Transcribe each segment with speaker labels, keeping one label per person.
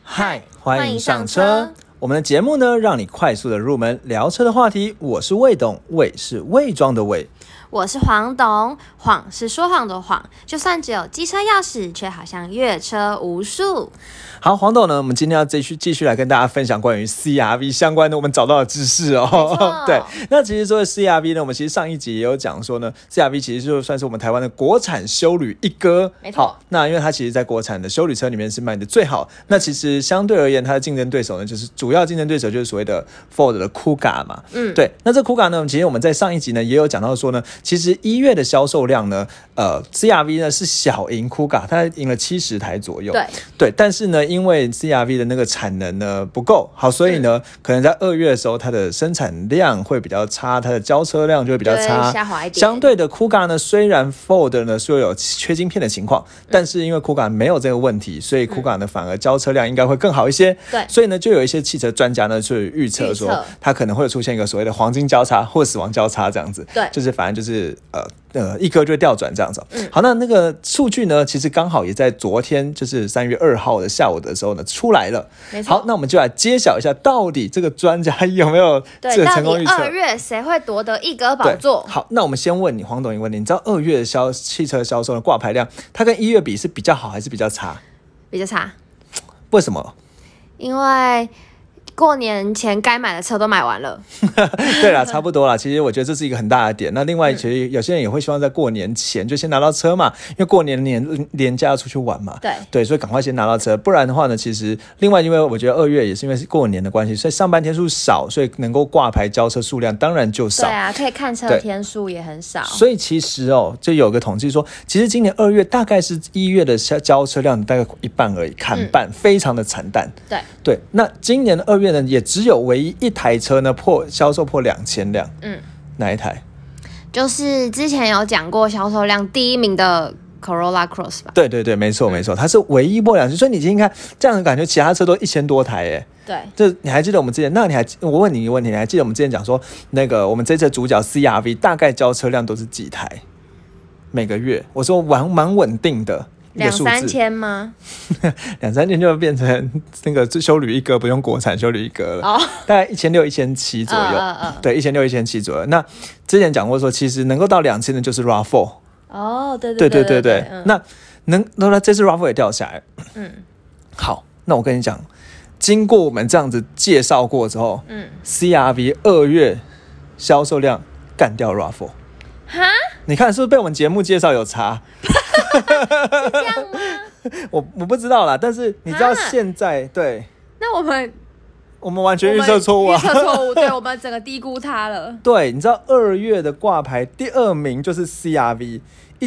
Speaker 1: 嗨，欢迎上车。我们的节目呢，让你快速的入门聊车的话题。我是魏董，魏是伪装的魏。
Speaker 2: 我是黄董，谎是说谎的谎。就算只有机车钥匙，却好像越车无数。
Speaker 1: 好，黄董呢，我们今天要继续来跟大家分享关于 CR-V 相关的我们找到的知识哦。对，那其实说 CR-V 呢，我们其实上一集也有讲说呢 ，CR-V 其实就算是我们台湾的国产休旅一哥。
Speaker 2: 没错。
Speaker 1: 好，那因为它其实在国产的休旅车里面是卖的最好。那其实相对而言，它的竞争对手呢，就是主要竞争对手就是所谓的 Ford 的 Kuga 嘛。对。那这 Kuga 呢，其实我们在上一集呢也有讲到说呢，其实1月的销售量呢，CR-V 呢是小赢 Kuga， 它赢了70台左右。对，但是呢，因为 CR-V 的那个产能呢不够好，所以呢，可能在2月的时候，它的生产量会比较差，它的交车量就会比较差，
Speaker 2: 下滑一点。
Speaker 1: 相对的 Kuga 呢，虽然 Ford 呢说有缺晶片的情况，但是因为 Kuga 没有这个问题，所以 Kuga 呢反而交车量应该会更好一些。
Speaker 2: 对，
Speaker 1: 所以呢，就有一些汽车专家呢就预测说，它可能会出现一个所谓的黄金交叉或死亡交叉这样子。
Speaker 2: 对，
Speaker 1: 就是反正就是一哥就会调转这样子。好，那个数据呢，其实刚好也在昨天，就是3月2号的下午的时候呢出来了。好，那我们就来揭晓一下，到底这个专家有没有这个成功预测？
Speaker 2: 到底2月谁会夺得一哥宝座？
Speaker 1: 好，那我们先问你，黄董一个问题，你知道2月的汽车销售的挂牌量，它跟1月比是比较好还是比较差？
Speaker 2: 比较差。
Speaker 1: 为什么？
Speaker 2: 因为过年前该买的车都买完了。
Speaker 1: 对啦，差不多啦。其实我觉得这是一个很大的点。那另外，其实有些人也会希望在过年前就先拿到车嘛，因为过年年假要出去玩嘛。对，所以赶快先拿到车。不然的话呢，其实另外因为我觉得2月也是因为是过年的关系，所以上班天数少，所以能够挂牌交车数量当然就少。
Speaker 2: 对啊，可以看车的天数也很少。
Speaker 1: 所以其实就有个统计说，其实今年2月大概是1月的交车量大概一半而已，砍半，非常的惨淡。对，那今年的2月呢，也只有唯一一台车呢销售破2000辆。哪一台？
Speaker 2: 就是之前有讲过销售量第1名的 Corolla Cross 吧？
Speaker 1: 对，没错，它是唯一破2000，所以你今天看这样的感觉，其他车都1000多台耶。
Speaker 2: 对，
Speaker 1: 这你还记得我们之前？那我问你一个问题，你还记得我们之前讲说，那个我们这次主角 CR-V 大概交车量都是几台？每个月？我说蛮稳定的。
Speaker 2: 2-3千吗
Speaker 1: ？2-3千就变成那个休旅一哥，不用国产休旅一哥了。大概1600、1700左右。对，1600、1700左右。那之前讲过说，其实能够到2000的就是 RAV4。对。那这次 RAV4 也掉下来。好，那我跟你讲，经过我们这样子介绍过之后，CR-V 2月销售量干掉 RAV4。
Speaker 2: 哈？
Speaker 1: 你看是不是被我们节目介绍有差？
Speaker 2: 是这样吗？
Speaker 1: 我不知道啦，但是你知道现在对，
Speaker 2: 那我们
Speaker 1: 完全预测错误啊！
Speaker 2: 预测错误，对，我们整个低估它了。
Speaker 1: 对，你知道2月的挂牌第2名就是 CR-V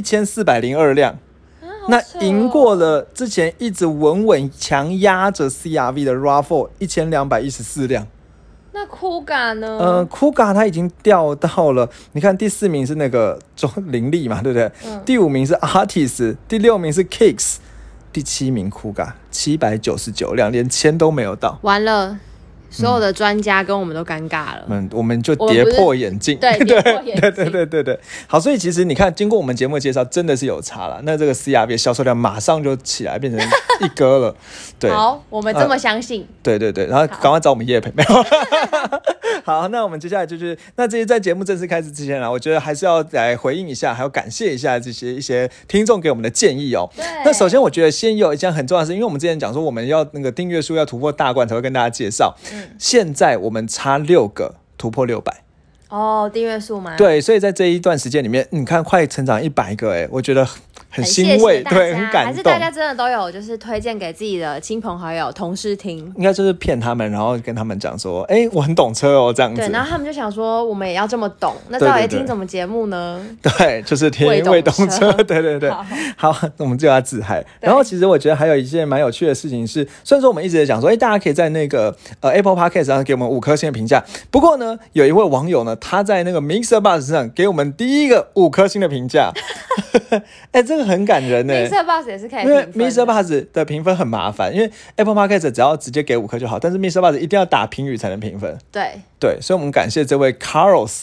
Speaker 1: 1402辆，那赢过了之前一直稳强压着 CR-V 的 RAV4 1214辆。
Speaker 2: 那 Kuga 呢
Speaker 1: ？Kuga 它已经掉到了，你看第4名是那个林立嘛，对不对？第5名是 Artis， 第6名是 Kicks， 第7名 Kuga 799辆，连1000都没有到。
Speaker 2: 完了。所有的专家跟我们都尴尬了，
Speaker 1: 我们就跌破眼镜，
Speaker 2: 对，跌破眼镜，
Speaker 1: 对。好，所以其实你看，经过我们节目的介绍，真的是有差了。那这个 CR-V 销售量马上就起来，变成一哥了。对，
Speaker 2: 好，我们这么相信。
Speaker 1: 对，然后赶快找我们业配，没有。好，那我们接下来就是那这些在节目正式开始之前我觉得还是要来回应一下，还有感谢一下这些一些听众给我们的建议哦。那首先我觉得先有一件很重要的事，因为我们之前讲说我们要那个订阅数要突破大关才会跟大家介绍。现在我们差6个突破600。
Speaker 2: 订阅数吗？
Speaker 1: 对，所以在这一段时间里面，你看快成长100个，我觉得很欣慰，对，很感动。
Speaker 2: 还是大家真的都有就是推荐给自己的亲朋好友、同事听？
Speaker 1: 应该就是骗他们，然后跟他们讲说，我很懂车哦，这样子。
Speaker 2: 对，然后他们就想说，我们也要这么懂，那到底听什么节目呢？
Speaker 1: 对，就是听未懂车。对。好，那我们就要自嗨。然后其实我觉得还有一件蛮有趣的事情是，虽然说我们一直在讲说，大家可以在那个Apple Podcast 上给我们5颗星的评价，不过呢，有一位网友呢，他在那个 Mixer Bus 上给我们第一个5颗星的评价。这个很感人。
Speaker 2: Mixer Bus 也是可以评分的，
Speaker 1: 因为 Mixer Bus 的评分很麻烦，因为 Apple Podcast 只要直接给5颗就好，但是 Mixer Bus 一定要打评语才能评分。
Speaker 2: 对，
Speaker 1: 所以我们感谢这位 Carlos。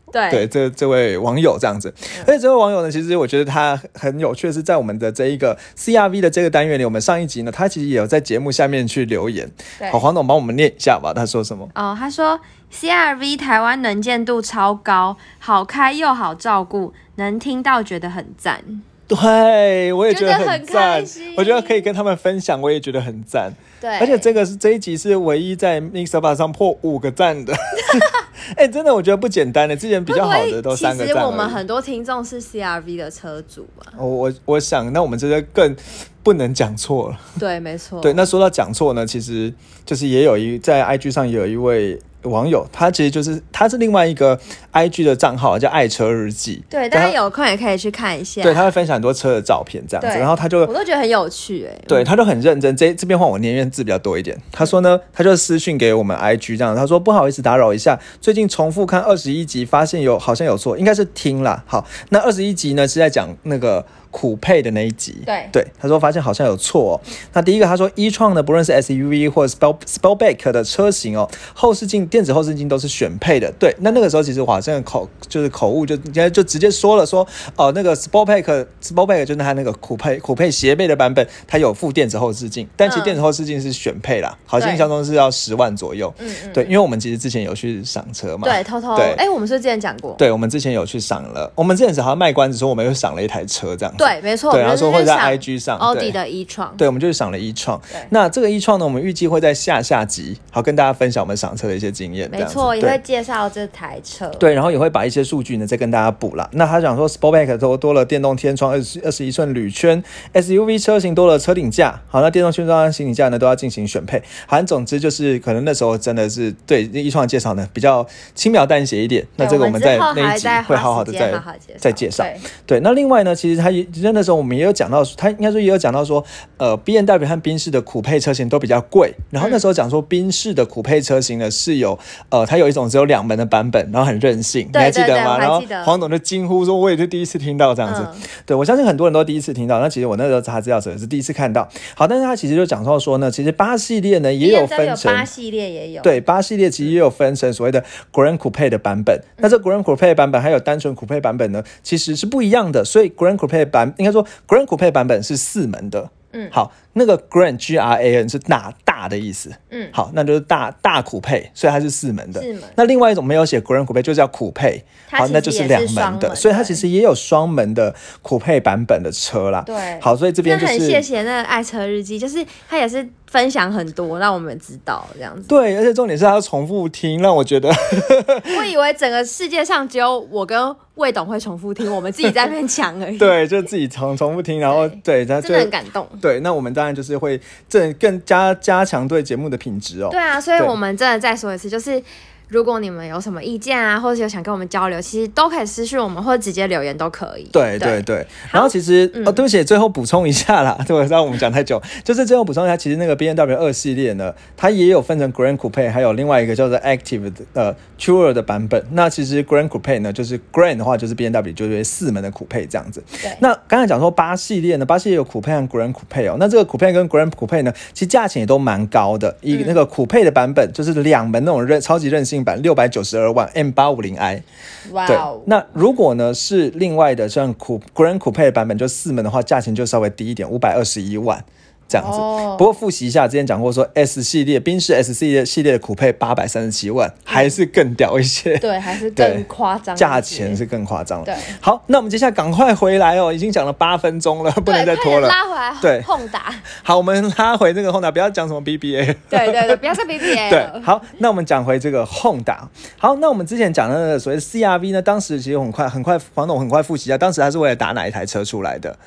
Speaker 2: 对，
Speaker 1: 这位网友这样子。而且这位网友呢，其实我觉得他很有趣的是，在我们的这一个 CRV 的这个单元里，我们上一集呢，他其实也有在节目下面去留言。好，黄董帮我们念一下吧，他说什么？
Speaker 2: 他说 CRV 台湾能见度超高，好开又好照顾，能听到觉得很赞。
Speaker 1: 对，我也觉得很赞，我觉得可以跟他们分享，我也觉得很赞。
Speaker 2: 对，
Speaker 1: 而且这一集是唯一在 Mixer 上破5个赞的。真的我觉得不简单的，之前比较好的都3个赞而已。
Speaker 2: 其实我们很多听众是 CRV 的车主嘛。
Speaker 1: 我想那我们这个更不能讲错了。
Speaker 2: 对，没错。
Speaker 1: 对，那说到讲错呢，其实就是在 IG 上也有一位网友，他其实他是另外一个 IG 的账号叫爱车日记。
Speaker 2: 对，大家有空也可以去看一下。
Speaker 1: 对，他会分享很多车的照片这样子，然后我
Speaker 2: 都觉得很有趣
Speaker 1: 对，他就很认真。这边换我念，因为字比较多一点。他说呢，他就私讯给我们 IG 这样，他说不好意思打扰一下，最近重复看21集，发现好像有错，应该是听啦。好，那21集呢是在讲那个酷配的那一集。对，他说发现好像有错那第一个他说e-tron呢，不论是 SUV 或者 Sportback 的车型电子后视镜都是选配的。对，那个时候其实我好像口误，就直接说了那个 Sportback 就是他那个酷配斜背的版本，它有附电子后视镜，但其实电子后视镜是选配啦，好像印象中是要10万左右。对，因为我们其实之前有去赏车嘛。
Speaker 2: 对，偷偷。我们是之前讲过。
Speaker 1: 对，我们之前有去赏了，我们之前好像卖关子说我们又赏了一台车这样子。
Speaker 2: 对，没错。
Speaker 1: 对，他说会在 IG 上。
Speaker 2: 奥迪的 e-tron。
Speaker 1: 对，我们就是赏了 e-tron。那这个 e-tron 呢，我们预计会在下集好跟大家分享我们赏车的一些经验。
Speaker 2: 没错，也会介绍这台车。
Speaker 1: 对，然后也会把一些数据呢再跟大家补啦。那他讲说 Sportback 多了电动天窗21寸铝圈 ，SUV 车型多了车顶架。好，那电动天窗和行李架呢都要进行选配。好，总之就是可能那时候真的是对 e-tron 介绍呢比较轻描淡写一点。那这个我们在那一集会好好的再介绍。对，那另外呢，其实那时候我们也有讲到，他应该说也有讲到说，BMW 和宾士的酷配车型都比较贵。然后那时候讲说宾士的酷配车型呢是有它有一种只有2门的版本，然后很任性，你还记得吗？然后黄董就惊呼说，我也是第一次听到这样子。对，我相信很多人都第一次听到。那其实我那时候查资料时也是第一次看到。好，但是他其实就讲到说呢，其实8系列呢也有分成
Speaker 2: ，8系列也有。
Speaker 1: 对，8系列其实也有分成所谓的 Grand Coupe 的版本。那这 Grand Coupe 版本还有单纯 Coupe 版本呢，其实是不一样的。所以 Grand Coupe 应该说 Grand Coupe 版本是4门的。好，那个 Grand GRAN 是大的意思。好，那就是大酷配，所以它是4门的。那另外一种没有写 Grand 酷配，就叫酷配。好，那就是2门的，所以它其实也有双门的酷配版本的车啦。
Speaker 2: 对，
Speaker 1: 好，所以这边就是
Speaker 2: 很谢谢那个爱车日记，就是他也是分享很多，让我们知道这样子。
Speaker 1: 对，而且重点是他要重复听，让我觉得
Speaker 2: 我以为整个世界上只有我跟魏董会重复听，我们自己在那边讲而已。
Speaker 1: 对，就自己重复听，然后对，真
Speaker 2: 的很感动。
Speaker 1: 对，那我们当然就是会更加强对节目的品质
Speaker 2: 对啊，所以我们真的再说一次，就是如果你们有什么意见啊，或者有想跟我们交流，其实都可以私讯我们，或者直接留言都可以。
Speaker 1: 对。然后其实对不起，最后补充一下啦，对，让我们讲太久，就是最后补充一下，其实那个 BMW 2系列呢，它也有分成 Grand Coupe， 还有另外一个叫做 Active 的Tourer 的版本。那其实 Grand Coupe 呢，就是 Grand 的话就是 BMW 就是4门的 Coupe 这样子。
Speaker 2: 对。
Speaker 1: 那刚才讲说8系列呢，8系列有 Coupe 和 Grand Coupe 那这个 Coupe 跟 Grand Coupe 呢，其实价钱也都蛮高的。以那个 Coupe 的版本就是2门那种超级任性版692万 M850i。
Speaker 2: 哇、
Speaker 1: 对，那如果呢是另外的像Grand Coupe 的版本就4门的话，价钱就稍微低一点，521万这样子。不过复习一下，之前讲过说 S 系列宾士 S 系列的酷配837万，还是更屌一些。
Speaker 2: 对，还是更夸张，
Speaker 1: 价钱是更夸张了。
Speaker 2: 对，
Speaker 1: 好，那我们接下来赶快回来已经讲了8分钟了，不能再拖了。
Speaker 2: 拉回来。对，Honda。
Speaker 1: 好，我们拉回这个 Honda， 不要讲什么 BBA。
Speaker 2: 对，不要说 BBA。
Speaker 1: 对，好，那我们讲回这个 Honda。好，那我们之前讲的那个所谓的 CRV 呢，当时其实很快，黄董很快复习一下，当时他是为了打哪一台车出来的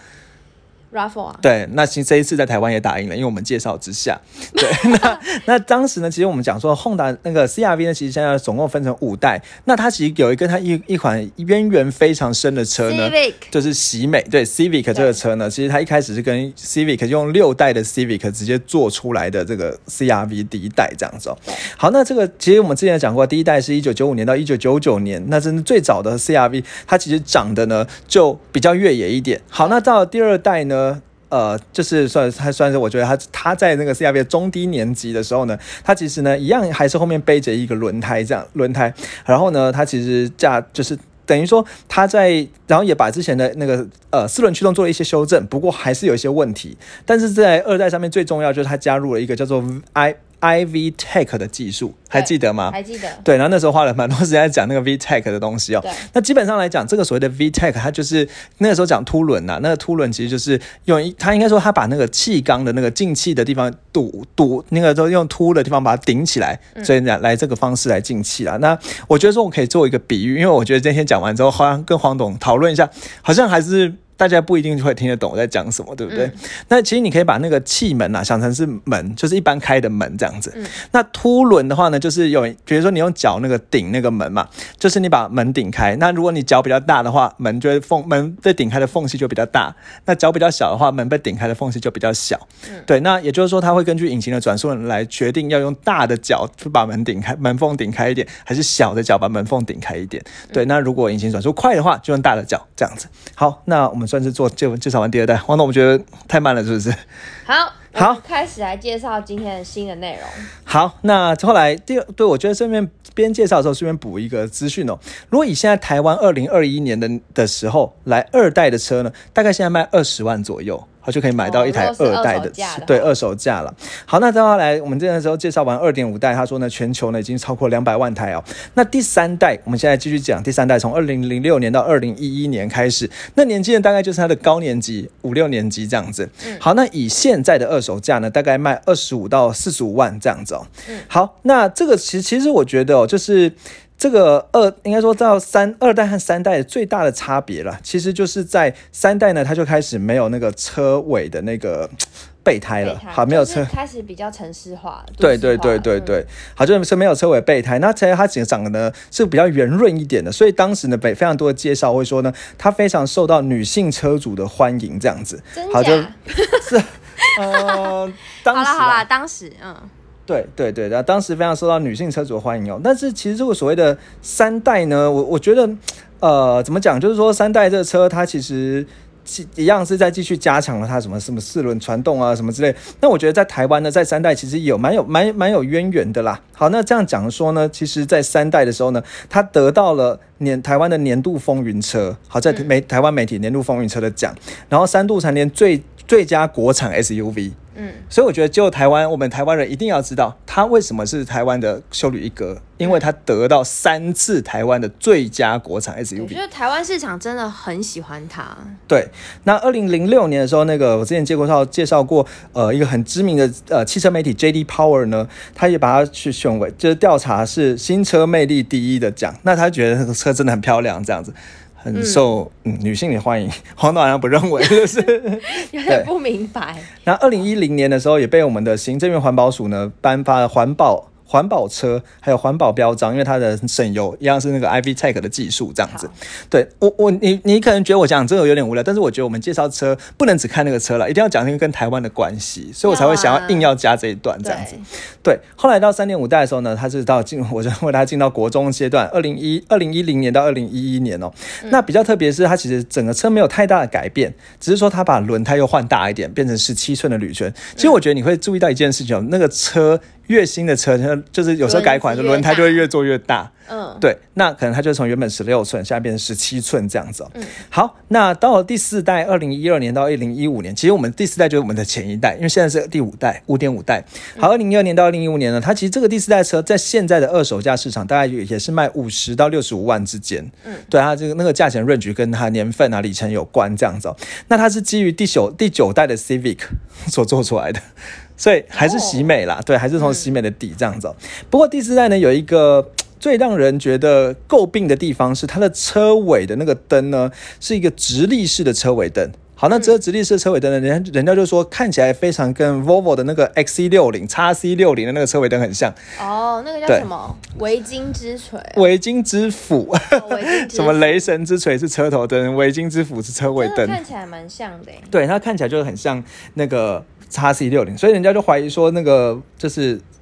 Speaker 2: ？RAV4 啊。
Speaker 1: 对，那其实这一次在台湾也打赢了，因为我们介绍之下。对，那当时呢，其实我们讲说 Honda 那个 CRV 呢，其实现在总共分成5代。那它其实有跟它一款渊源非常深的车呢，
Speaker 2: Civic
Speaker 1: 就是喜美。对 Civic 这个车呢，其实它一开始是跟 Civic 用6代的 Civic 直接做出来的这个 CRV 第1代这样子好，那这个其实我们之前讲过，第1代是1995年到1999年，那真的最早的 CRV， 它其实长得呢就比较越野一点。好，那到了第2代呢， 就是算是我觉得他在那个 CR-V 的中低年级的时候呢，他其实呢一样还是后面背着一个轮胎这样轮胎，然后呢他其实就是等于说然后也把之前的那个4轮驱动做了一些修正，不过还是有一些问题。但是在2代上面最重要就是它加入了一个叫做 iVTEC 的技术，还记得吗？
Speaker 2: 还记得。对，
Speaker 1: 然后那时候花了蛮多时间在讲那个 VTEC 的东西哦。那基本上来讲，这个所谓的 VTEC， 它就是那个时候讲凸轮呐，那个凸轮其实就是它应该说它把那个气缸的那个进气的地方堵那个都用凸的地方把它顶起来，所以来这个方式来进气啦。那我觉得说我可以做一个比喻，因为我觉得今天讲完之后，好像跟黄董讨论一下，好像还是大家不一定会听得懂我在讲什么，对不对？那其实你可以把那个气门想成是门，就是一般开的门这样子。那凸轮的话呢，就是比如说你用脚那个顶那个门嘛，就是你把门顶开。那如果你脚比较大的话，门被顶开的缝隙就比较大；那脚比较小的话，门被顶开的缝隙就比较小。对，那也就是说，它会根据引擎的转速来决定要用大的脚把门缝顶开一点，还是小的脚把门缝顶开一点。对，那如果引擎转速快的话，就用大的脚这样子。好，那我们算是介绍完第2代。黄董，我们觉得太慢了，是不是？
Speaker 2: 好，我们开始来介绍今天的新的内容。
Speaker 1: 好，那后来对，我觉得顺便边介绍的时候顺便补一个资讯哦。如果以现在台湾2021年的时候来2代的车呢，大概现在卖20万左右。好，就可以买到一台2代的，对，二手价了。好，那接下来我们这个时候介绍完2.5代，他说呢，全球呢已经超过200万台哦。那第3代，我们现在继续讲第3代，从2006年到2011年开始，那年纪呢大概就是他的高年级5、6年级这样子。好，那以现在的二手价呢，大概卖25到45万这样子哦。好，那这个其实我觉得就是这个应该说到2代和3代最大的差别啦，其实就是在3代呢，它就开始没有那个车尾的那个备胎了。好，没有车，
Speaker 2: 开始比较城市化。
Speaker 1: 对，好，就是没有车尾备胎。那它长得呢是比较圆润一点的，所以当时呢非常多的介绍会说呢，它非常受到女性车主的欢迎这样子。
Speaker 2: 真假？
Speaker 1: 好，就是当时
Speaker 2: 好啦，当时
Speaker 1: 对，当时非常受到女性车主的欢迎哦。但是其实这个所谓的3代呢，我觉得怎么讲，就是说3代这个车它其实一样是在继续加强了它什么4轮传动啊什么之类。那我觉得在台湾呢，在3代其实有蛮有渊源的啦。好，那这样讲说呢，其实在3代的时候呢，它得到了台湾的年度风云车，好，在台湾媒体年度风云车的奖，然后3度蝉联最佳国产 SUV。所以我觉得就我们台湾人一定要知道他为什么是台湾的休旅一哥，因为他得到3次台湾的最佳国产 SUV。 我
Speaker 2: 觉得台湾市场真的很喜欢它。
Speaker 1: 对，那2006年的时候，那个我之前介绍过一个很知名的汽车媒体 JD Power 呢，他也把它去选为就是调查是新车魅力第1的奖。那他觉得那个车真的很漂亮，这样子很受女性的欢迎。黄董好像不认为，就是
Speaker 2: 有点不明白。
Speaker 1: 那2010年的时候，也被我们的行政院环保署呢颁发了环保车还有环保标章，因为它的省油一样是那个 iVTEC 的技术这样子。对，你可能觉得我讲这个有点无聊，但是我觉得我们介绍车不能只看那个车了，一定要讲那个跟台湾的关系，所以我才会想要硬要加这一段这样子。对，后来到3.5代的时候呢，它是我认为它进到国中阶段，2010年到2011年哦。那比较特别是它其实整个车没有太大的改变，只是说它把轮胎又换大一点，变成17寸的铝圈。其实我觉得你会注意到一件事情，那个车越新的车，就是有时候改款的轮胎就会越做越大。对，那可能它就从原本16寸，现在变成17寸这样子。好，那到了第4代，2012年到2015年，其实我们第4代就是我们的前一代，因为现在是第5代，5.5代。好，2012年到2015年呢，它其实这个第4代车在现在的二手价市场大概也是卖50到65万之间。对，它这个那个价钱 range 跟它年份啊里程有关这样子。那它是基于第9代的 Civic 所做出来的。所以还是喜美啦，对，还是从喜美的底这样子。不过第4代呢，有一个最让人觉得诟病的地方是它的车尾的那个灯呢，是一个直立式的车尾灯。好，那这个直立式车尾灯呢，人家就说看起来非常跟 Volvo 的那个 XC60、XC60 的那个车尾灯很像。
Speaker 2: 那个叫什么？维京之锤、
Speaker 1: 维京之斧，什么雷神之锤是车头灯，维京之斧是车尾灯，
Speaker 2: 看起来蛮像的。对，
Speaker 1: 它看起来就很像那个XC60，所以人家就怀疑说那个就是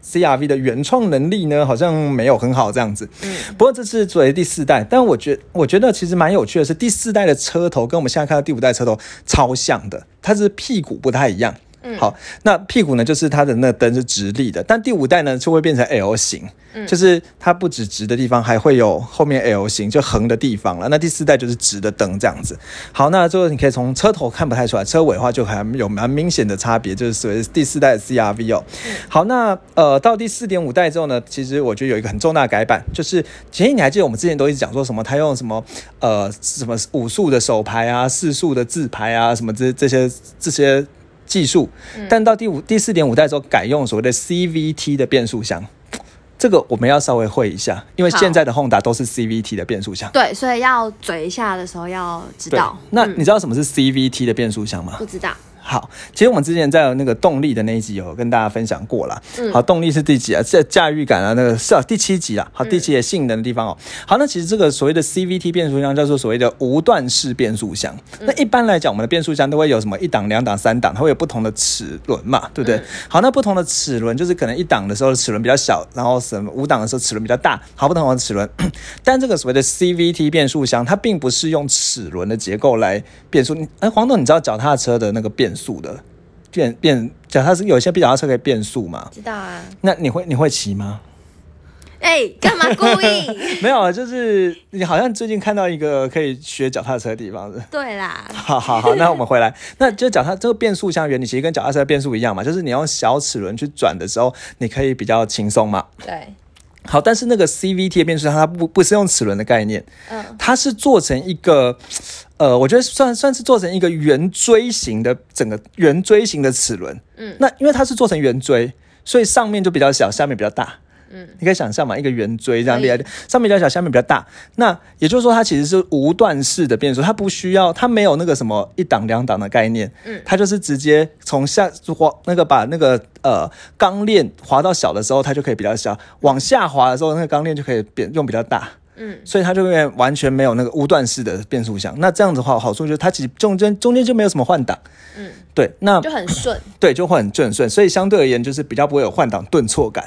Speaker 1: CR-V 的原创能力呢，好像没有很好这样子。不过这是作为第4代，但我觉得其实蛮有趣的是，第4代的车头跟我们现在看到第5代车头超像的，它是屁股不太一样。好，那屁股呢，就是它的那灯是直立的，但第5代呢就会变成 L 型，就是它不止直的地方，还会有后面 L 型就横的地方了。那第4代就是直的灯这样子。好，那最后你可以从车头看不太出来，车尾的话就还有蛮明显的差别，就是所谓第4代的 CR-V 哦。好，那到第4.5代之后呢，其实我觉得有一个很重大的改版，就是其实你还记得我们之前都一直讲说什么，它用什么什么5速的手排啊，4速的自排啊，什么这些技术，但到第4.5代之后改用所谓的 CVT 的变速箱，这个我们要稍微会一下，因为现在的 Honda 都是 CVT 的变速箱。
Speaker 2: 对，所以要嘴一下的时候要知道。
Speaker 1: 那你知道什么是 CVT 的变速箱吗？
Speaker 2: 不知道。
Speaker 1: 好，其实我们之前在那个动力的那一集有跟大家分享过啦。好，动力是第几啊？这驾驭感啊，那个是第7集啦。好，第7集的性能的地方哦。好，那其实这个所谓的 CVT 变速箱叫做所谓的无段式变速箱。那一般来讲，我们的变速箱都会有什么1档、2档、3档，它会有不同的齿轮嘛，对不对？好，那不同的齿轮就是可能1档的时候齿轮比较小，然后5档的时候齿轮比较大，好，不同的齿轮。但这个所谓的 CVT 变速箱，它并不是用齿轮的结构来变速。黄董，你知道脚踏车的那个变速的脚踏车有一些脚踏车可以变速吗？
Speaker 2: 知道啊。那
Speaker 1: 你会骑吗？
Speaker 2: 干嘛故意？
Speaker 1: 没有啊，就是你好像最近看到一个可以学脚踏车的地方是？
Speaker 2: 对啦。
Speaker 1: 好，那我们回来，那就这个变速箱原理其实跟脚踏车变速一样嘛，就是你用小齿轮去转的时候，你可以比较轻松嘛。
Speaker 2: 对。
Speaker 1: 好，但是那个 CVT 的变速箱它不是用齿轮的概念，它是做成一个我觉得算是做成一个圆锥形的整个圆锥形的齿轮。那因为它是做成圆锥，所以上面就比较小，下面比较大。你可以想象嘛，一个圆锥这样列，上面比较小，下面比较大。那也就是说，它其实是无段式的变速，它不需要，它没有那个什么1档2档的概念，它就是直接从把那个钢链滑到小的时候，它就可以比较小；往下滑的时候，那个钢链就可以用比较大。所以它就会完全没有那个无段式的变速箱。那这样子的话，好处就是它其实中间就没有什么换挡。对，那
Speaker 2: 就很顺。对，
Speaker 1: 就会很顺，所以相对而言就是比较不会有换挡顿挫感。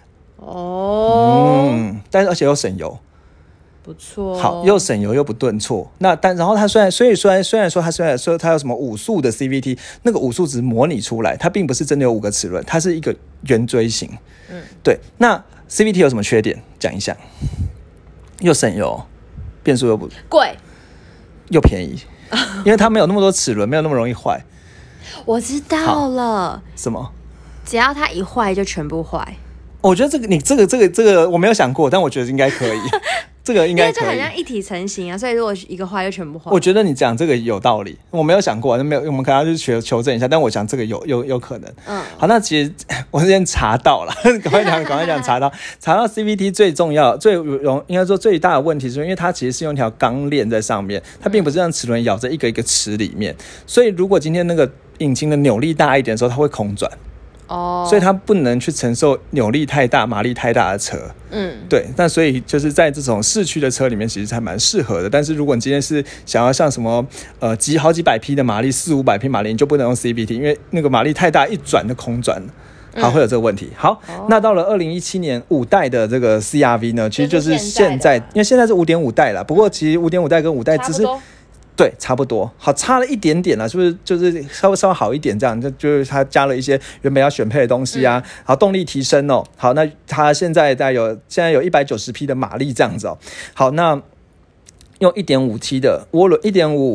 Speaker 1: 但是而且又省油，
Speaker 2: 不错。
Speaker 1: 好，又省油又不顿挫。然后它虽然说它有什么5速的 CVT， 那个5速只是模拟出来，它并不是真的有5个齿轮，它是一个圆锥形。对。那 CVT 有什么缺点？讲一下。又省油，变速又不
Speaker 2: 贵，
Speaker 1: 又便宜，因为它没有那么多齿轮，没有那么容易坏。
Speaker 2: 我知道了。
Speaker 1: 什么？
Speaker 2: 只要它一坏就全部坏。
Speaker 1: 我觉得这个我没有想过，但我觉得应该可以。这个应该可以，
Speaker 2: 因为就很像一体成型啊，所以如果一个坏就全部坏。
Speaker 1: 我觉得你讲这个有道理，我没有想过，我们可能要去求证一下，但我想这个有可能。好，那其实我之前查到了，赶快讲，查到 CVT 最重要、应该说最大的问题是因为它其实是用一条钢链在上面，它并不是让齿轮咬在一个一个齿里面，所以如果今天那个引擎的扭力大一点的时候，它会空转。所以它不能去承受扭力太大、马力太大的车。对。那所以就是在这种市区的车里面，其实还蛮适合的。但是如果你今天是想要像什么好几百匹的马力、400-500匹马力，你就不能用 CVT， 因为那个马力太大，一转就空转。好，会有这个问题。好，那到了2017年5代的这个 CR-V 呢，其实就是现在，因为现在是5.5代了。不过其实5.5代跟5代只是。对，差不多，好，差了一点点啦，是不是？就是稍微好一点，这样就是它加了一些原本要选配的东西啊，好，动力提升哦，好，那它现在有190匹的马力这样子哦，好，那用 1.5T 的涡轮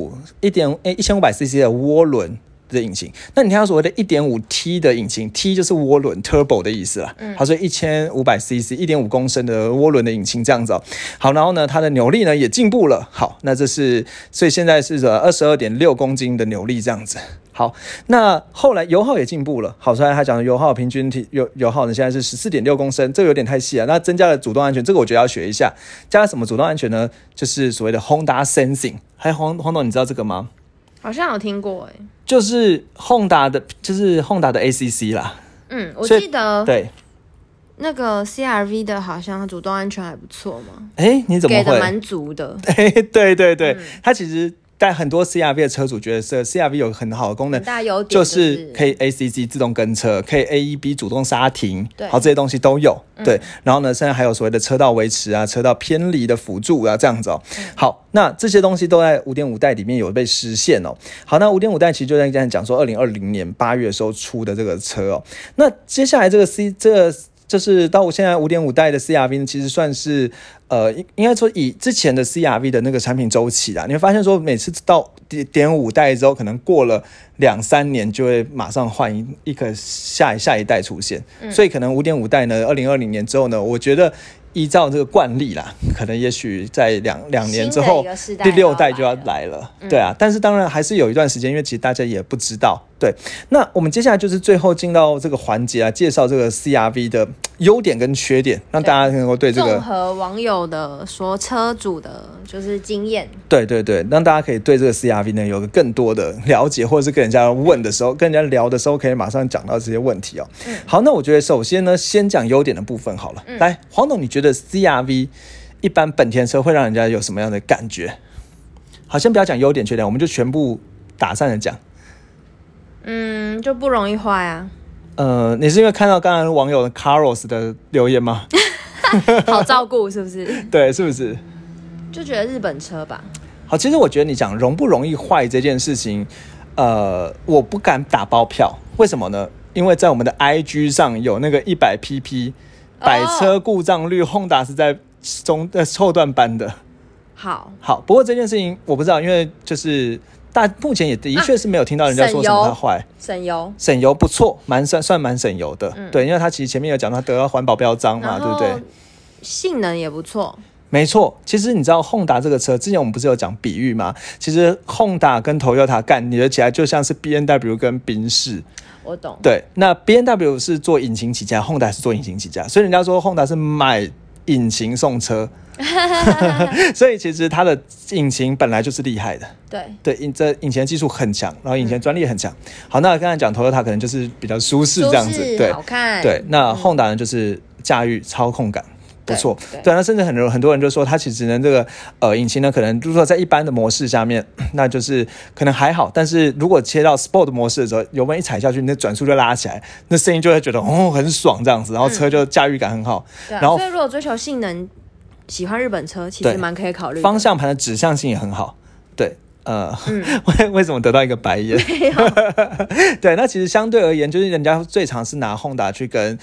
Speaker 1: ，1500cc 的涡轮的引擎，那你听到所谓的 1.5T 的引擎 ，T 就是涡轮 turbo 的意思啦。好，所以 1500cc 1.5公升的涡轮的引擎这样子。好，然后呢，它的扭力呢也进步了。好，那所以现在是22.6公斤的扭力这样子。好，那后来油耗也进步了。好，虽然他讲的油耗平均油耗呢现在是14.6公升，这个有点太细了。那增加了主动安全，这个我觉得要学一下。加了什么主动安全呢？就是所谓的 Honda Sensing。还有黄董，你知道这个吗？
Speaker 2: 好像有听过
Speaker 1: 就是 Honda 的 ACC 啦。
Speaker 2: 我记得
Speaker 1: 对
Speaker 2: 那个 CR-V 的好像主动安全还不错嘛。
Speaker 1: 你怎么会
Speaker 2: 给的蛮足的？
Speaker 1: 对，它其实但很多 CRV 的车主觉得这 CRV 有很好的功能，
Speaker 2: 很大优点
Speaker 1: 就是可以 ACC 自动跟车，可以 AEB 主动刹停，
Speaker 2: 对，
Speaker 1: 好，这些东西都有。对，然后呢，现在还有所谓的车道维持啊、车道偏离的辅助啊，这样子哦。好，那这些东西都在 5.5 代里面有被实现哦。好，那 5.5 代其实就在这样讲说，2020年8月的时候出的这个车哦。那接下来这个就是到现在 5.5 代的 CRV 呢，其实算是应该说以之前的 CRV 的那个产品周期啦，你会发现说每次到 1.5 代之后，可能过了2-3年就会马上换一个下一代出现，所以可能 5.5 代呢2020年之后呢，我觉得依照这个惯例啦，可能也许在两年之后第6代就要来了，对啊，但是当然还是有一段时间，因为其实大家也不知道。对，那我们接下来就是最后进到这个环节啊，介绍这个 CRV 的优点跟缺点，让大家能够对这个
Speaker 2: 综合网友的说车主的就是经验，
Speaker 1: 对，让大家可以对这个 CRV 呢有个更多的了解，或者是跟人家问的时候、跟人家聊的时候，可以马上讲到这些问题哦。好，那我觉得首先呢，先讲优点的部分好了。来，黄董，你觉得 CRV 一般本田车会让人家有什么样的感觉？好，先不要讲优点缺点，我们就全部打散的讲。
Speaker 2: 就不容易坏啊。
Speaker 1: 你是因为看到刚刚网友的 Carlos 的留言吗？
Speaker 2: 好照顾是不是？
Speaker 1: 对，是不是？
Speaker 2: 就觉得日本车吧。
Speaker 1: 好，其实我觉得你讲容不容易坏这件事情，我不敢打包票。为什么呢？因为在我们的 IG 上有那个100pp 百车故障率，Honda 是在后段班的。好，不过这件事情我不知道，因为就是目前也的确是没有听到人家说什么它坏。省油不错，算蛮省油的。对，因为它其实前面有讲到它得到环保标章嘛，对不对？
Speaker 2: 性能也不错。
Speaker 1: 没错，其实你知道 Honda 这个车，之前我们不是有讲比喻吗？其实 Honda 跟 Toyota 干你的起来就像是 BMW 跟宾士。
Speaker 2: 我懂。对，
Speaker 1: 那 BMW 是做引擎起家， Honda 是做引擎起家，所以人家说 Honda 是买引擎送车。所以其实它的引擎本来就是厉害的。对，这引擎的技术很强，然后引擎专利很强。好，那刚才讲 Toyota 可能就是比较舒适这样子，对，
Speaker 2: 好看。
Speaker 1: 对，那 Honda 呢就是驾驭操控感不错。对，那甚至很多人就说它其实呢这个引擎呢可能就是说在一般的模式下面，那就是可能还好，但是如果切到 Sport 模式的时候，油门一踩下去，那转速就拉起来，那声音就会觉得很爽这样子，然后车就驾驭感很好。
Speaker 2: 然后所以如果追求性能，喜欢日本车其实蛮可以考虑的。
Speaker 1: 方向盘的指向性也很好。对，为什么得到一个白眼？
Speaker 2: 没有。
Speaker 1: 对，那其实相对而言，就是人家最常是拿 Honda 去跟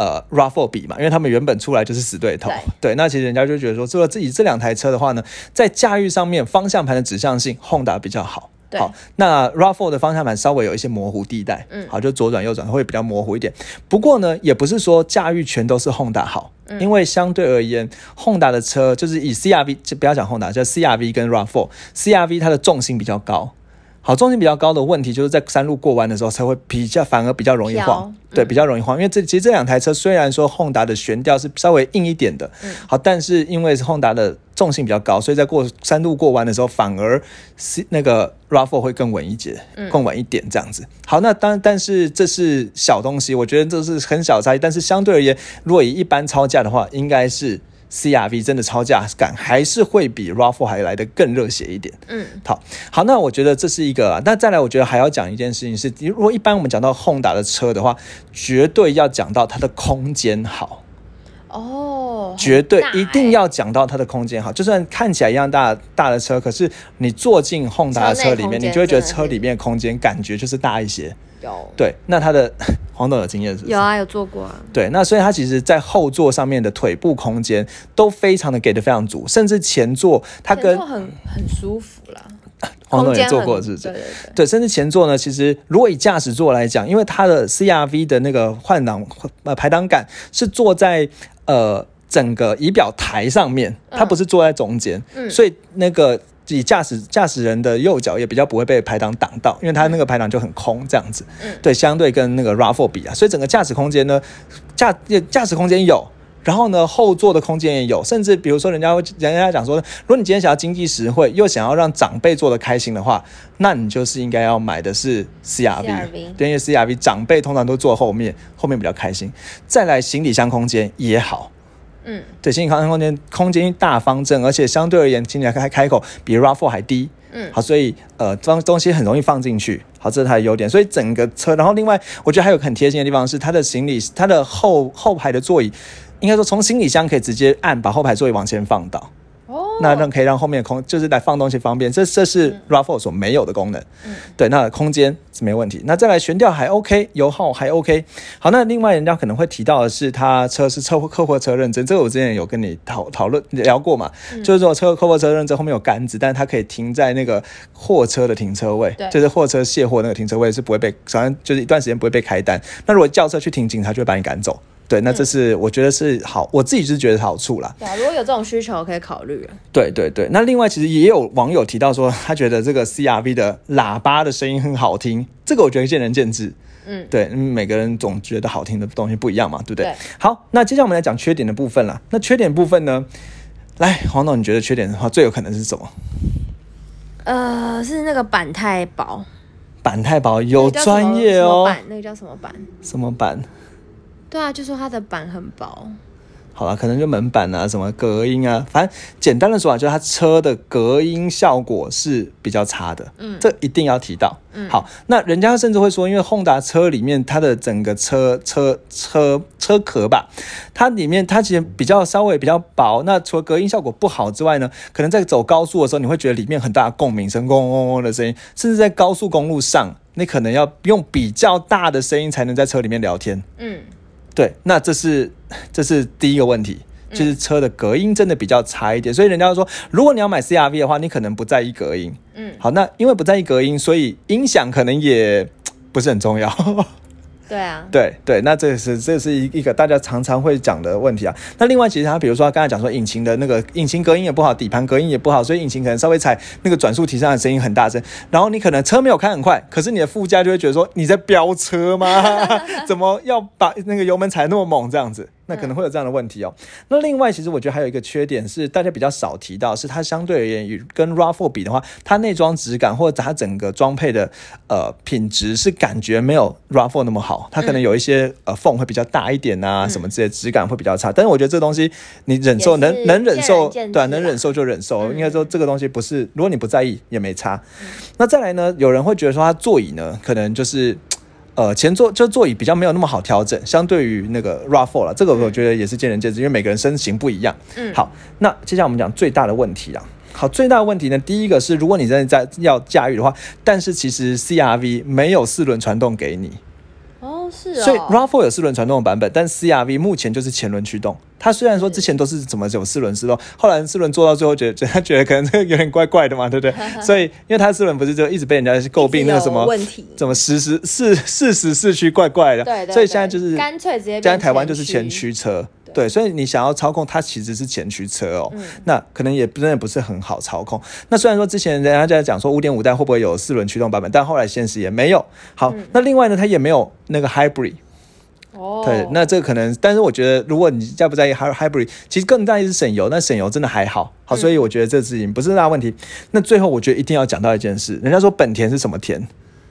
Speaker 1: RAV4 比嘛，因为他们原本出来就是死对头。对，那其实人家就觉得说，做了自己这2台车的话呢，在驾驭上面，方向盘的指向性 Honda 比较好。好，那 RAV4 的方向盘稍微有一些模糊地带，好，就左转右转会比较模糊一点。不过呢，也不是说驾驭全都是 Honda 好，因为相对而言 Honda 的车就是以 CRV 就不要讲 Honda， 叫 CRV 跟 RAV4，CRV 它的重心比较高。好，重心比较高的问题就是在山路过弯的时候车会反而比较容易晃。对，比较容易晃，因为其实这2台车虽然说 Honda 的悬吊是稍微硬一点的，好，但是因为 Honda 的重心比较高，所以在山路过弯的时候反而那个 RAV4 会更稳一点这样子。好，那但是这是小东西，我觉得这是很小的差异，但是相对而言，如果以一般超价的话，应该是CRV 真的超价感还是会比 RAV4 还来得更热血一点。好，那我觉得这是一个。那再来，我觉得还要讲一件事情是，如果一般我们讲到 Honda 的车的话，绝对要讲到它的空间好。绝对一定要讲到它的空间好，就算看起来一样大的车，可是你坐进 Honda 的车里面，你就会觉得车里面的空间感觉就是大一些。对，那它的黄董有经验是不是？
Speaker 2: 有啊，有做过啊。
Speaker 1: 对，那所以它其实在后座上面的腿部空间都非常的给的非常足，甚至前座它跟
Speaker 2: 前座很舒服啦。
Speaker 1: 黄董也做过是不是？对，甚至前座呢，其实如果以驾驶座来讲，因为它的 CRV 的那个排挡杆是坐在整个仪表台上面，它不是坐在中间，所以那个以驾驶人的右脚也比较不会被排挡挡到，因为它那个排挡就很空这样子。对，相对跟那个 RAV4 比啊，所以整个驾驶空间呢，驾驶空间有。然后呢，后座的空间也有，甚至比如说人家讲说，如果你今天想要经济实惠，又想要让长辈坐得开心的话，那你就是应该要买的是 CRV。对，因为 CRV 长辈通常都坐后面比较开心。再来，行李箱空间也好。对，行李箱空间大方正，而且相对而言，行李箱开口比 RAV4 还低。 好，所以东西很容易放进去，好，这是它的优点。所以整个车，然后另外我觉得还有很贴心的地方是它的行李，它的后排的座椅，应该说从行李箱可以直接按把后排座椅往前放倒。那可以让后面的就是来放东西方便，这是 RAV4 所没有的功能。对，那空间是没问题。那再来悬吊还 OK， 油耗还 OK。好，那另外人家可能会提到的是，它车是客货车认证，这个我之前有跟你讨论聊过嘛，就是说客货车认证后面有杆子，但是它可以停在那个货车的停车位，就是货车卸货那个停车位是不会被，好像就是一段时间不会被开单。那如果轿车去停，警察就会把你赶走。对，那这是我觉得是好，我自己是觉得好处啦。
Speaker 2: 对啊，如果有这种需求可以考虑了。
Speaker 1: 对对对，那另外其实也有网友提到说，他觉得这个 CR-V 的喇叭的声音很好听，这个我觉得见仁见智。对，每个人总觉得好听的东西不一样嘛，对不对？好，那接下来我们来讲缺点的部分啦。那缺点部分呢，来黄董，你觉得缺点的话最有可能是什么？
Speaker 2: 是那个板太薄。
Speaker 1: 板太薄，有专业哦。
Speaker 2: 那个叫什么板？
Speaker 1: 什么板？
Speaker 2: 对啊，就说它的板很薄。
Speaker 1: 好啦，可能就门板啊，什么隔音啊，反正简单的说法就是它车的隔音效果是比较差的，这一定要提到。好，那人家甚至会说，因为 Honda 车里面它的整个车壳吧，它里面它其实稍微比较薄，那除了隔音效果不好之外呢，可能在走高速的时候，你会觉得里面很大的共鸣声，嗡嗡嗡的声音，甚至在高速公路上，你可能要用比较大的声音才能在车里面聊天。对，那这是第一个问题，就是车的隔音真的比较差一点，所以人家说，如果你要买 CR-V 的话，你可能不在意隔音。好，那因为不在意隔音，所以音响可能也不是很重要。
Speaker 2: 对啊，
Speaker 1: 对对，那这是一个大家常常会讲的问题啊。那另外，其实他比如说刚才讲说，引擎的那个引擎隔音也不好，底盘隔音也不好，所以引擎可能稍微踩那个转速提升的声音很大声。然后你可能车没有开很快，可是你的副驾就会觉得说你在飙车吗？怎么要把那个油门踩那么猛这样子？那可能会有这样的问题哦。那另外，其实我觉得还有一个缺点是大家比较少提到，是它相对而言跟 RAV4 比的话，它内装质感或者它整个装配的品质是感觉没有 RAV4 那么好，它可能有一些缝会比较大一点啊，什么之类的质感会比较差。但是我觉得这东西你忍受能忍受，对，能忍受就忍受。应该说这个东西不是，如果你不在意也没差。那再来呢，有人会觉得说它座椅呢，可能就是前座椅比较没有那么好调整，相对于那个 RAV4 啦，这个我觉得也是见仁见智，因为每个人身形不一样。好，那接下来我们讲最大的问题啦。好，最大的问题呢，第一个是如果你真的要驾驭的话，但是其实 CR-V 没有4轮传动给你。
Speaker 2: 是哦，
Speaker 1: 所以 RAV4 有4轮传动的版本，但 CR-V 目前就是前轮驱动。它虽然说之前都是怎么有4轮驱动，后来4轮做到最后他觉得可能这个有点怪怪的嘛，对不对？所以因为它4轮不是就一直被人家诟病那个什么问题，怎么四时四驱怪怪的，
Speaker 2: 对，
Speaker 1: 所以现在就是
Speaker 2: 干脆直接变
Speaker 1: 现在台湾就是前驱车。对，所以你想要操控它其实是前驱车哦，那可能也真的不是很好操控。那虽然说之前人家在讲说 5.5 代会不会有4轮驱动版本，但后来现实也没有。好，那另外呢，它也没有那个 hybrid。对，那这个可能，但是我觉得如果你在不在意 hybrid， 其实更在意是省油，那省油真的还好。好，所以我觉得这事情不是大问题。那最后我觉得一定要讲到一件事，人家说本田是什么田？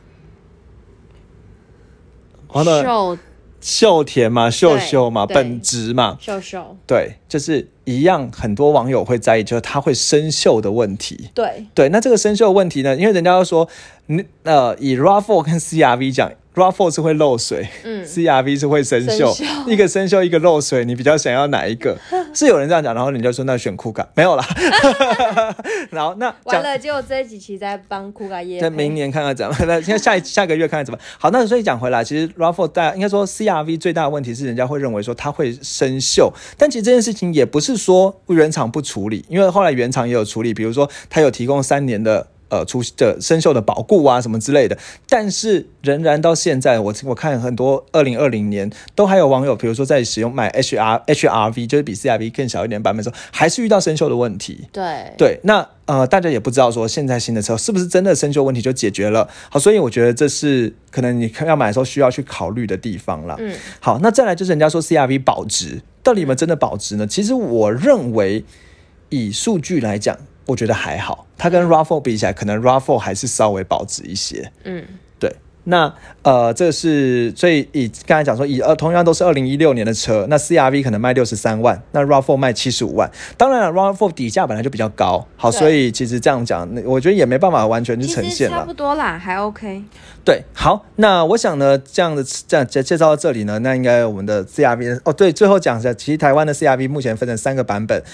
Speaker 1: 秀田嘛，秀嘛，本质嘛，
Speaker 2: 秀，
Speaker 1: 对，就是一样。很多网友会在意，就是它会生锈的问题。对，那这个生锈的问题呢，因为人家都说，以 RAV4 跟 CR-V 讲。RAV4 是会漏水，CR-V 是会生锈，一个生锈一个漏水，你比较想要哪一个？是有人这样讲，然后你就说那选酷卡，没有啦。然后那
Speaker 2: 完了，结果这一期在帮酷卡业配，
Speaker 1: 在明年看看怎么，现在下个月看看怎么。好，那所以讲回来，其实 RAV4 应该说 CR-V 最大的问题是人家会认为说它会生锈，但其实这件事情也不是说原厂不处理，因为后来原厂也有处理，比如说它有提供3年的。生锈的保固啊什么之类的，但是仍然到现在，我看很多2020年都还有网友，比如说在使用买 HR-V， 就是比 CR-V 更小一点版本的时候，还是遇到生锈的问题。对，那大家也不知道说现在新的车是不是真的生锈问题就解决了。好，所以我觉得这是可能你要买的时候需要去考虑的地方啦。好，那再来就是人家说 CR-V 保值，到底有没有真的保值呢？其实我认为以数据来讲。我觉得还好，它跟 RAV4 比起来，可能 RAV4 还是稍微保值一些。对， 那这是所以刚才讲说同样都是2016年的车，那 CR-V 可能卖63万，那 RAV4 卖75万。当然了 RAV4 底价本来就比较高，好，所以其实这样讲，我觉得也没办法完全去呈现了。
Speaker 2: 其实差不多啦，还 OK。
Speaker 1: 对，好，那我想呢，这样介绍到这里呢，那应该我们的 CR-V 对，最后讲一下，其实台湾的 CR-V 目前分成3个版本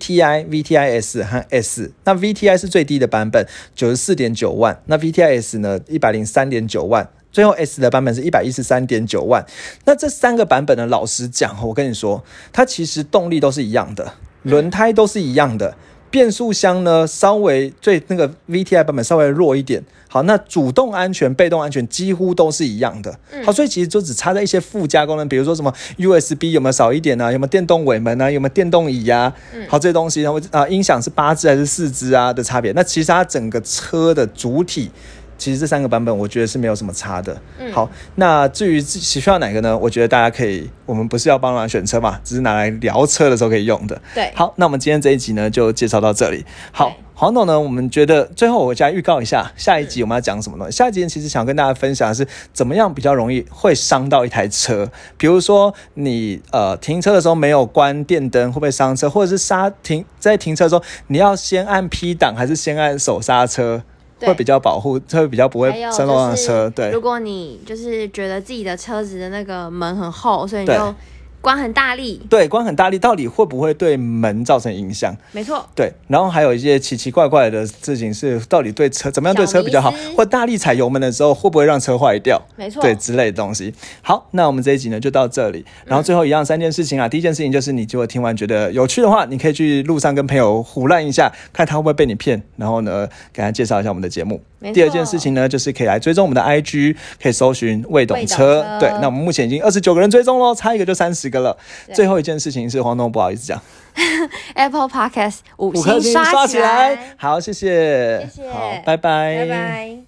Speaker 1: ，VTI、VTI-S 和 S。那 VTI 是最低的版本，94.9万，那 VTI-S 呢103.9万。最后 S 的版本是113.9万。那这3个版本呢，老实讲，我跟你说，它其实动力都是一样的，轮胎都是一样的。变速箱呢，稍微那个 VTI 版本稍微弱一点。好，那主动安全、被动安全几乎都是一样的。好，所以其实就只差在一些附加功能，比如说什么 USB 有没有少一点啊？有没有电动尾门啊？有没有电动椅啊？好，这些东西，然后音响是8支还是4支啊的差别。那其实它整个车的主体。其实这3个版本我觉得是没有什么差的。好，那至于需要哪个呢？我觉得大家可以，我们不是要帮忙选车嘛，只是拿来聊车的时候可以用的。
Speaker 2: 对，
Speaker 1: 好，那我们今天这一集呢就介绍到这里。好，黄董呢，我们觉得最后我再预告一下，下一集我们要讲什么东西？下一集其实想跟大家分享的是怎么样比较容易会伤到一台车，比如说你停车的时候没有关电灯会不会伤车，或者是在停车的时候你要先按 P 档还是先按手刹车？会比较保护，会比较不会伤到的车。对，
Speaker 2: 如果你就是觉得自己的车子的那个门很厚，所以你就关很大力。
Speaker 1: 对，关很大力，到底会不会对门造成影响？
Speaker 2: 没错。
Speaker 1: 对，然后还有一些奇奇怪怪的事情是，到底对车怎么样对车比较好，或大力踩油门的时候会不会让车坏掉？
Speaker 2: 没错。
Speaker 1: 对，之类的东西。好，那我们这一集呢就到这里。然后最后一样3件事情啊，第一件事情就是你如果听完觉得有趣的话，你可以去路上跟朋友唬烂一下，看他会不会被你骗，然后呢给他介绍一下我们的节目。第二件事情呢，就是可以来追踪我们的 IG， 可以搜寻魏董车。对，那我们目前已经29个人追踪咯，差一个就30个了。最后一件事情是黄董不好意思讲
Speaker 2: ，Apple Podcast 5
Speaker 1: 颗星刷起
Speaker 2: 来。
Speaker 1: 好，谢谢。
Speaker 2: 谢谢。
Speaker 1: 好，拜拜。
Speaker 2: 拜拜。